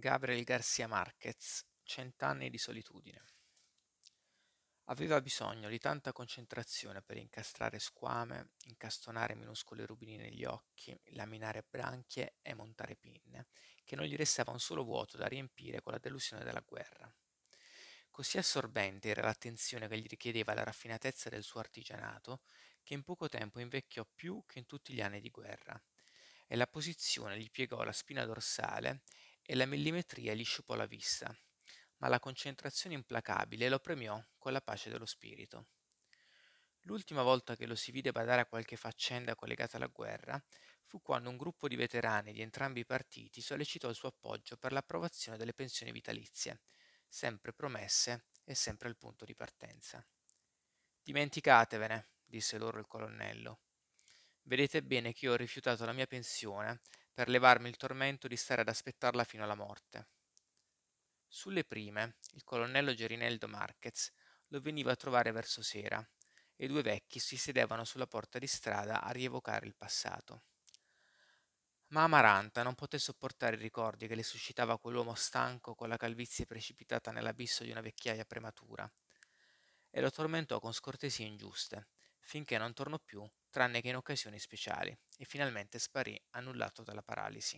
Gabriel García Márquez, Cent'anni di solitudine. Aveva bisogno di tanta concentrazione per incastrare squame, incastonare minuscoli rubini negli occhi, laminare branchie e montare pinne, che non gli restava un solo vuoto da riempire con la delusione della guerra. Così assorbente era l'attenzione che gli richiedeva la raffinatezza del suo artigianato, che in poco tempo invecchiò più che in tutti gli anni di guerra, e la posizione gli piegò la spina dorsale e la millimetria gli sciupò la vista, ma la concentrazione implacabile lo premiò con la pace dello spirito. L'ultima volta che lo si vide badare a qualche faccenda collegata alla guerra fu quando un gruppo di veterani di entrambi i partiti sollecitò il suo appoggio per l'approvazione delle pensioni vitalizie, sempre promesse e sempre al punto di partenza. Dimenticatevene, disse loro il colonnello. Vedete bene che io ho rifiutato la mia pensione per levarmi il tormento di stare ad aspettarla fino alla morte. Sulle prime, il colonnello Gerineldo Marquez lo veniva a trovare verso sera, e i due vecchi si sedevano sulla porta di strada a rievocare il passato. Ma Amaranta non poté sopportare i ricordi che le suscitava quell'uomo stanco con la calvizie precipitata nell'abisso di una vecchiaia prematura, e lo tormentò con scortesie ingiuste, finché non tornò più, tranne che in occasioni speciali, e finalmente sparì annullato dalla paralisi.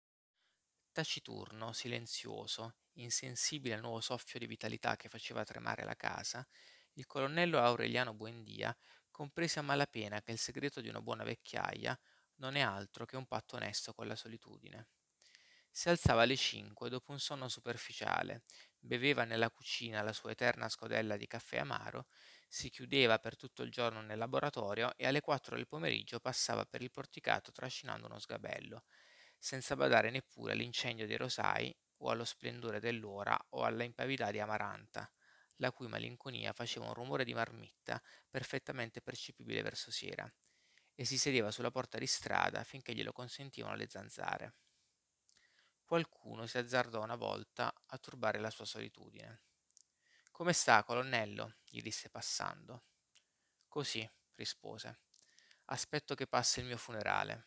Taciturno, silenzioso, insensibile al nuovo soffio di vitalità che faceva tremare la casa, il colonnello Aureliano Buendia comprese a malapena che il segreto di una buona vecchiaia non è altro che un patto onesto con la solitudine. Si alzava alle 5 dopo un sonno superficiale, beveva nella cucina la sua eterna scodella di caffè amaro, si chiudeva per tutto il giorno nel laboratorio e alle 4 del pomeriggio passava per il porticato trascinando uno sgabello, senza badare neppure all'incendio dei rosai o allo splendore dell'ora o alla impavidità di Amaranta, la cui malinconia faceva un rumore di marmitta perfettamente percepibile verso sera, e si sedeva sulla porta di strada finché glielo consentivano le zanzare. Qualcuno si azzardò una volta a turbare la sua solitudine. «Come sta, colonnello?» gli disse passando. «Così», rispose. «Aspetto che passi il mio funerale».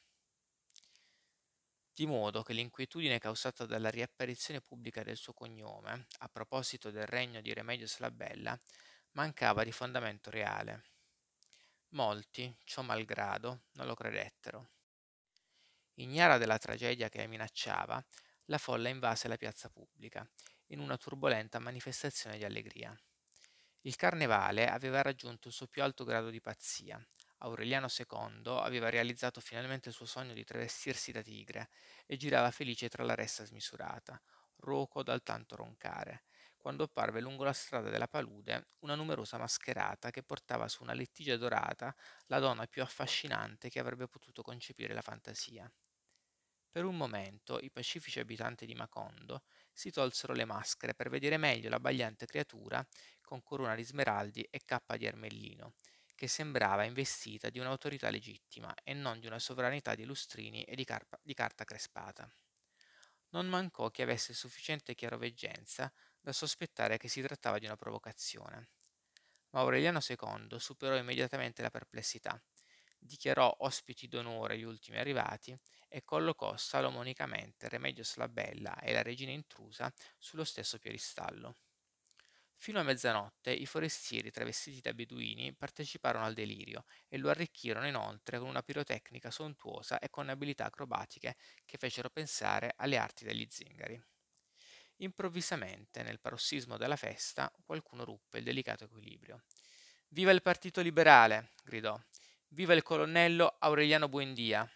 Di modo che l'inquietudine causata dalla riapparizione pubblica del suo cognome, a proposito del regno di Remedios la Bella, mancava di fondamento reale. Molti, ciò malgrado, non lo credettero. Ignara della tragedia che minacciava, la folla invase la piazza pubblica, in una turbolenta manifestazione di allegria. Il carnevale aveva raggiunto il suo più alto grado di pazzia. Aureliano II aveva realizzato finalmente il suo sogno di travestirsi da tigre e girava felice tra la ressa smisurata, roco dal tanto roncare, quando apparve lungo la strada della palude una numerosa mascherata che portava su una lettigia dorata la donna più affascinante che avrebbe potuto concepire la fantasia. Per un momento i pacifici abitanti di Macondo si tolsero le maschere per vedere meglio l'abbagliante creatura con corona di smeraldi e cappa di ermellino, che sembrava investita di un'autorità legittima e non di una sovranità di lustrini e di carta crespata. Non mancò chi avesse sufficiente chiaroveggenza da sospettare che si trattava di una provocazione. Ma Aureliano II superò immediatamente la perplessità, dichiarò ospiti d'onore gli ultimi arrivati e collocò salomonicamente Remedios la Bella e la regina intrusa sullo stesso piedistallo. Fino a mezzanotte i forestieri travestiti da beduini parteciparono al delirio e lo arricchirono inoltre con una pirotecnica sontuosa e con abilità acrobatiche che fecero pensare alle arti degli zingari. Improvvisamente, nel parossismo della festa, qualcuno ruppe il delicato equilibrio. «Viva il Partito Liberale!» gridò. «Viva il colonnello Aureliano Buendia!»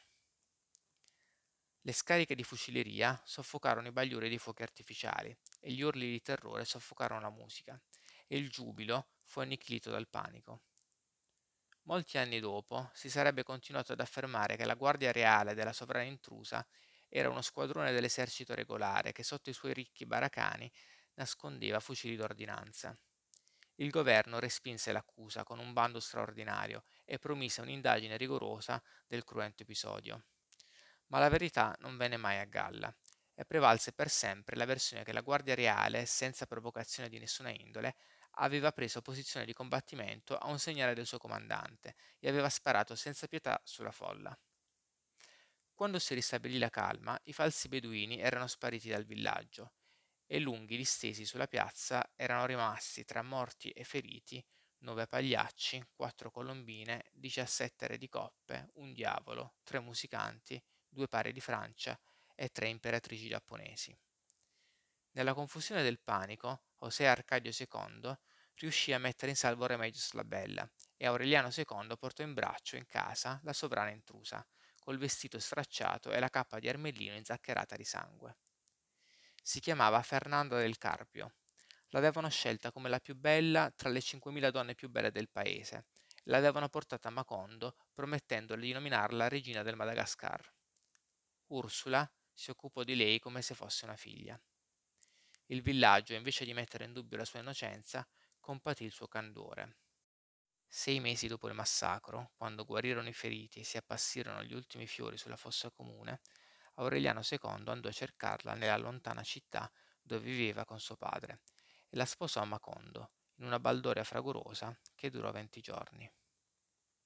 Le scariche di fuciliera soffocarono i bagliori dei fuochi artificiali e gli urli di terrore soffocarono la musica, e il giubilo fu annichilito dal panico. Molti anni dopo si sarebbe continuato ad affermare che la Guardia Reale della sovrana intrusa era uno squadrone dell'esercito regolare che sotto i suoi ricchi baracani nascondeva fucili d'ordinanza. Il governo respinse l'accusa con un bando straordinario e promise un'indagine rigorosa del cruento episodio. Ma la verità non venne mai a galla e prevalse per sempre la versione che la Guardia Reale, senza provocazione di nessuna indole, aveva preso posizione di combattimento a un segnale del suo comandante e aveva sparato senza pietà sulla folla. Quando si ristabilì la calma, i falsi beduini erano spariti dal villaggio e lunghi distesi sulla piazza erano rimasti tra morti e feriti 9 pagliacci, 4 colombine, 17 re di coppe, un diavolo, 3 musicanti, 2 pari di Francia e 3 imperatrici giapponesi. Nella confusione del panico, José Arcadio II riuscì a mettere in salvo Remedios la Bella e Aureliano II portò in braccio in casa la sovrana intrusa, col vestito stracciato e la cappa di Armellino inzaccherata di sangue. Si chiamava Fernanda del Carpio. L'avevano scelta come la più bella tra le 5.000 donne più belle del paese e l'avevano portata a Macondo promettendole di nominarla regina del Madagascar. Ursula si occupò di lei come se fosse una figlia. Il villaggio, invece di mettere in dubbio la sua innocenza, compatì il suo candore. 6 mesi dopo il massacro, quando guarirono i feriti e si appassirono gli ultimi fiori sulla fossa comune, Aureliano II andò a cercarla nella lontana città dove viveva con suo padre e la sposò a Macondo, in una baldoria fragorosa che durò 20 giorni.